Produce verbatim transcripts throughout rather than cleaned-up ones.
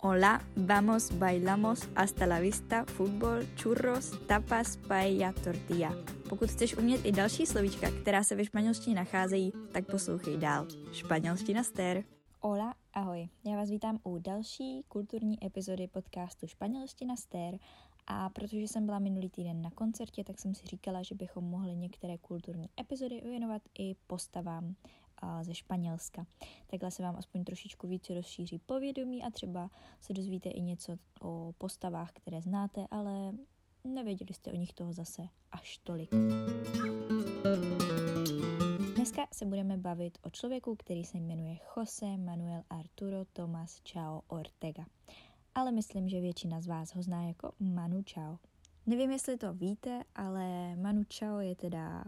Hola, vamos, bailamos, hasta la vista, fútbol, churros, tapas, paella, tortilla. Pokud chceš umět i další slovíčka, která se ve španělštině nacházejí, tak poslouchej dál. Španělština stér. Hola, ahoj. Já vás vítám u další kulturní epizody podcastu Španělština stér. A protože jsem byla minulý týden na koncertě, tak jsem si říkala, že bychom mohli některé kulturní epizody věnovat i postavám ze Španělska. Takhle se vám aspoň trošičku více rozšíří povědomí a třeba se dozvíte i něco o postavách, které znáte, ale nevěděli jste o nich toho zase až tolik. Dneska se budeme bavit o člověku, který se jmenuje José Manuel Arturo Tomás Chao Ortega. Ale myslím, že většina z vás ho zná jako Manu Chao. Nevím, jestli to víte, ale Manu Chao je teda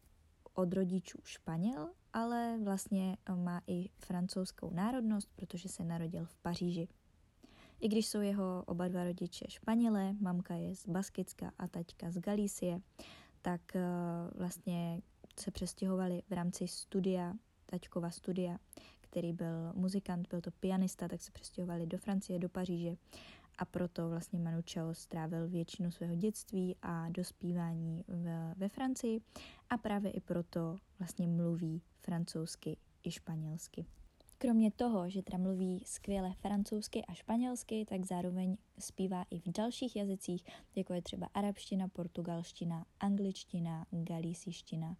od rodičů Španěl, ale vlastně má i francouzskou národnost, protože se narodil v Paříži. I když jsou jeho oba dva rodiče Španělé, mamka je z Baskicka a taťka z Galicie, tak vlastně se přestěhovali v rámci studia, taťkova studia, který byl muzikant, byl to pianista, tak se přestěhovali do Francie, do Paříže a proto vlastně Manu Chao strávil většinu svého dětství a dospívání v, ve Francii a právě i proto vlastně mluví francouzsky i španělsky. Kromě toho, že teda mluví skvěle francouzsky a španělsky, tak zároveň zpívá i v dalších jazycích, jako je třeba arabština, portugalština, angličtina, galicíština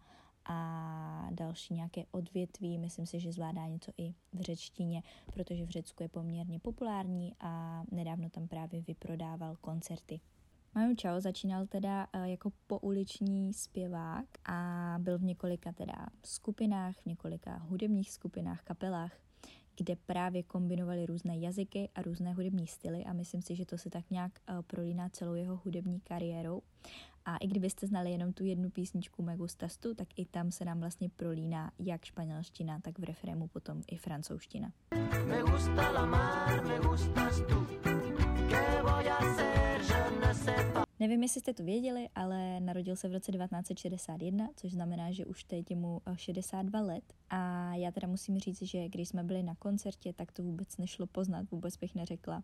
a další nějaké odvětví. Myslím si, že zvládá něco i v řečtině, protože v Řecku je poměrně populární a nedávno tam právě vyprodával koncerty. Manu Chao začínal teda jako pouliční zpěvák a byl v několika teda skupinách, v několika hudebních skupinách, kapelách, kde právě kombinovali různé jazyky a různé hudební styly a myslím si, že to se tak nějak prolíná celou jeho hudební kariérou. A i kdybyste znali jenom tu jednu písničku Me gustas tú, tak i tam se nám vlastně prolíná jak španělština, tak v refrému potom i francouzština. Me gusta la mar, me gustas tú, ¿qué voy a hacer? Je ne sais pas. Nevím, jestli jste to věděli, ale narodil se v roce devatenáct set šedesát jedna, což znamená, že už teď je mu šedesát dva let. A já teda musím říct, že když jsme byli na koncertě, tak to vůbec nešlo poznat, vůbec bych neřekla,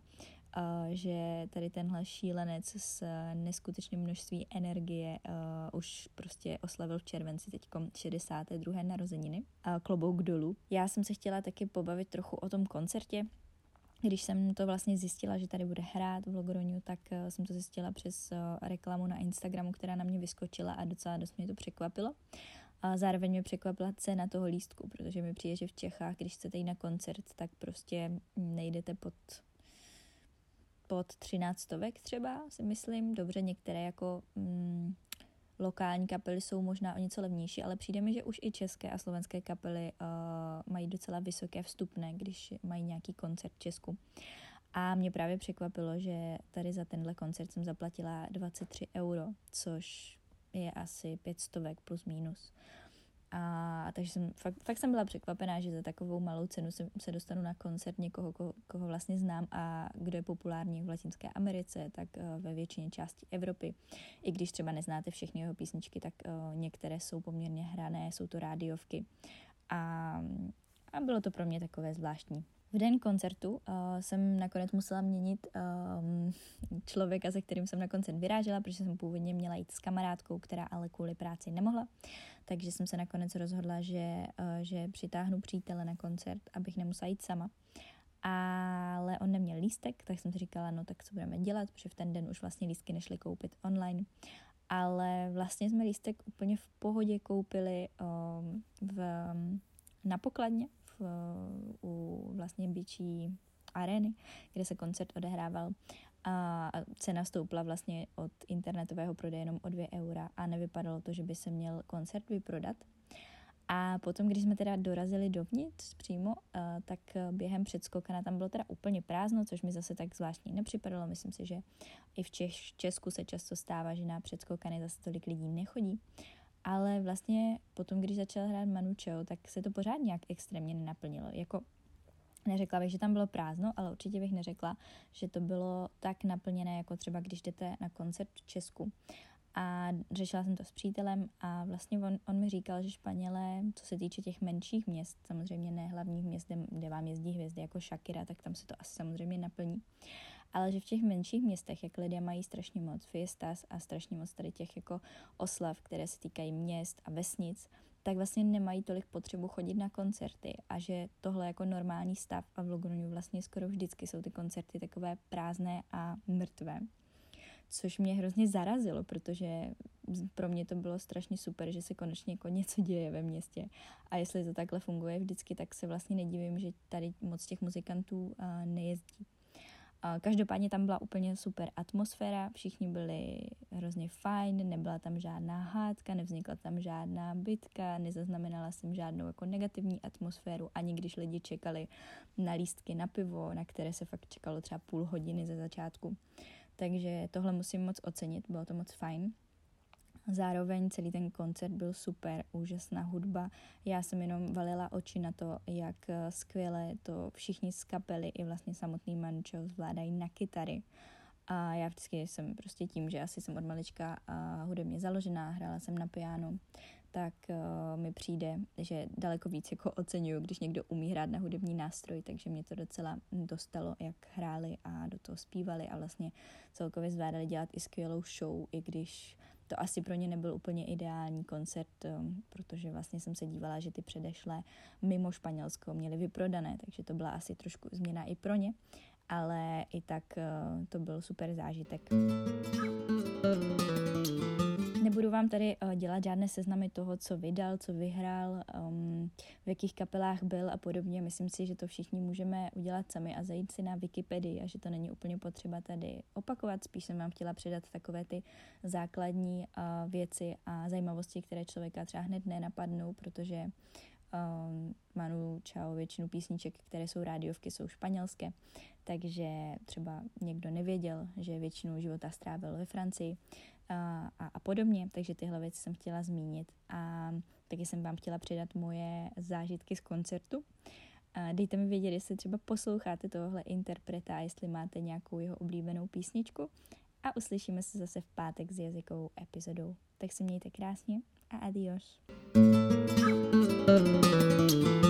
že tady tenhle šílenec s neskutečným množství energie už prostě oslavil v červenci teďkom šedesáté druhé narozeniny. Klobouk dolů. Já jsem se chtěla taky pobavit trochu o tom koncertě. Když jsem to vlastně zjistila, že tady bude hrát v Logroniu, tak jsem to zjistila přes reklamu na Instagramu, která na mě vyskočila a docela dost mě to překvapilo. A zároveň mě překvapila cena toho lístku, protože mi přijde, že v Čechách, když chcete jít na koncert, tak prostě nejdete pod, pod třináct stovek třeba, si myslím. Dobře, některé jako mm, lokální kapely jsou možná o něco levnější, ale přijde mi, že už i české a slovenské kapely uh, mají docela vysoké vstupné, když mají nějaký koncert v Česku. A mě právě překvapilo, že tady za tenhle koncert jsem zaplatila dvacet tři euro, což je asi pět stovek plus minus. A takže jsem, fakt, fakt jsem byla překvapená, že za takovou malou cenu se, se dostanu na koncert někoho, koho, koho vlastně znám a kdo je populární v Latinské Americe, tak uh, ve většině části Evropy. I když třeba neznáte všechny jeho písničky, tak uh, některé jsou poměrně hrané, jsou to rádiovky. A, a bylo to pro mě takové zvláštní. V den koncertu uh, jsem nakonec musela měnit um, člověka, se kterým jsem na koncert vyrážela, protože jsem původně měla jít s kamarádkou, která ale kvůli práci nemohla. Takže jsem se nakonec rozhodla, že, uh, že přitáhnu přítele na koncert, abych nemusela jít sama. Ale on neměl lístek, tak jsem si říkala, no tak co budeme dělat, protože v ten den už vlastně lístky nešly koupit online. Ale vlastně jsme lístek úplně v pohodě koupili um, v, na pokladně, u vlastně bičí arény, kde se koncert odehrával a cena stoupla vlastně od internetového prodeje jenom o dvě eura a nevypadalo to, že by se měl koncert vyprodat. A potom, když jsme teda dorazili dovnitř přímo, tak během předskokana tam bylo teda úplně prázdno, což mi zase tak zvláštní nepřipadalo. Myslím si, že i v Češ- Česku se často stává, že na předskokany zase tolik lidí nechodí. Ale vlastně potom, když začal hrát Manu Chao, tak se to pořád nějak extrémně nenaplnilo. Jako neřekla bych, že tam bylo prázdno, ale určitě bych neřekla, že to bylo tak naplněné, jako třeba když jdete na koncert v Česku. A řešila jsem to s přítelem a vlastně on, on mi říkal, že Španělé, co se týče těch menších měst, samozřejmě ne hlavních měst, kde, kde vám jezdí hvězdy jako Shakira, tak tam se to asi samozřejmě naplní. ale že v těch menších městech, jak lidé mají strašně moc fiestas a strašně moc tady těch jako oslav, které se týkají měst a vesnic, tak vlastně nemají tolik potřebu chodit na koncerty a že tohle jako normální stav a v Logonu vlastně skoro vždycky jsou ty koncerty takové prázdné a mrtvé. Což mě hrozně zarazilo, protože pro mě to bylo strašně super, že se konečně jako něco děje ve městě. A jestli to takhle funguje vždycky, tak se vlastně nedivím, že tady moc těch muzikantů uh, nejezdí. Uh, každopádně tam byla úplně super atmosféra, všichni byli hrozně fajn, nebyla tam žádná hádka, nevznikla tam žádná bitka, nezaznamenala jsem žádnou jako negativní atmosféru, ani když lidi čekali na lístky na pivo, na které se fakt čekalo třeba půl hodiny ze začátku. Takže tohle musím moc ocenit, bylo to moc fajn. Zároveň celý ten koncert byl super, úžasná hudba. Já jsem jenom valila oči na to, jak skvěle to všichni z kapely i vlastně samotný Manu Chao zvládají na kytary. A já vždycky jsem prostě tím, že asi jsem od malička hudebně založená, hrála jsem na piano, tak uh, mi přijde, že daleko víc jako oceňuju, když někdo umí hrát na hudební nástroj, takže mě to docela dostalo, jak hráli a do toho zpívali a vlastně celkově zvládali dělat i skvělou show, i když to asi pro ně nebyl úplně ideální koncert, um, protože vlastně jsem se dívala, že ty předešlé mimo Španělsko měly vyprodané, takže to byla asi trošku změna i pro ně, ale i tak uh, to byl super zážitek. Nebudu vám tady uh, dělat žádné seznamy toho, co vydal, co vyhrál, um, v jakých kapelách byl a podobně. Myslím si, že to všichni můžeme udělat sami a zajít si na Wikipedii a že to není úplně potřeba tady opakovat. Spíš jsem vám chtěla předat takové ty základní uh, věci a zajímavosti, které člověka třeba hned nenapadnou, protože um, Manu Chao většinu písniček, které jsou rádiovky, jsou španělské, takže třeba někdo nevěděl, že většinu života strávil ve Francii, A, a, a podobně, takže tyhle věci jsem chtěla zmínit a taky jsem vám chtěla předat moje zážitky z koncertu. A dejte mi vědět, jestli třeba posloucháte tohle interpreta a jestli máte nějakou jeho oblíbenou písničku a uslyšíme se zase v pátek s jazykovou epizodou. Tak se mějte krásně a adios.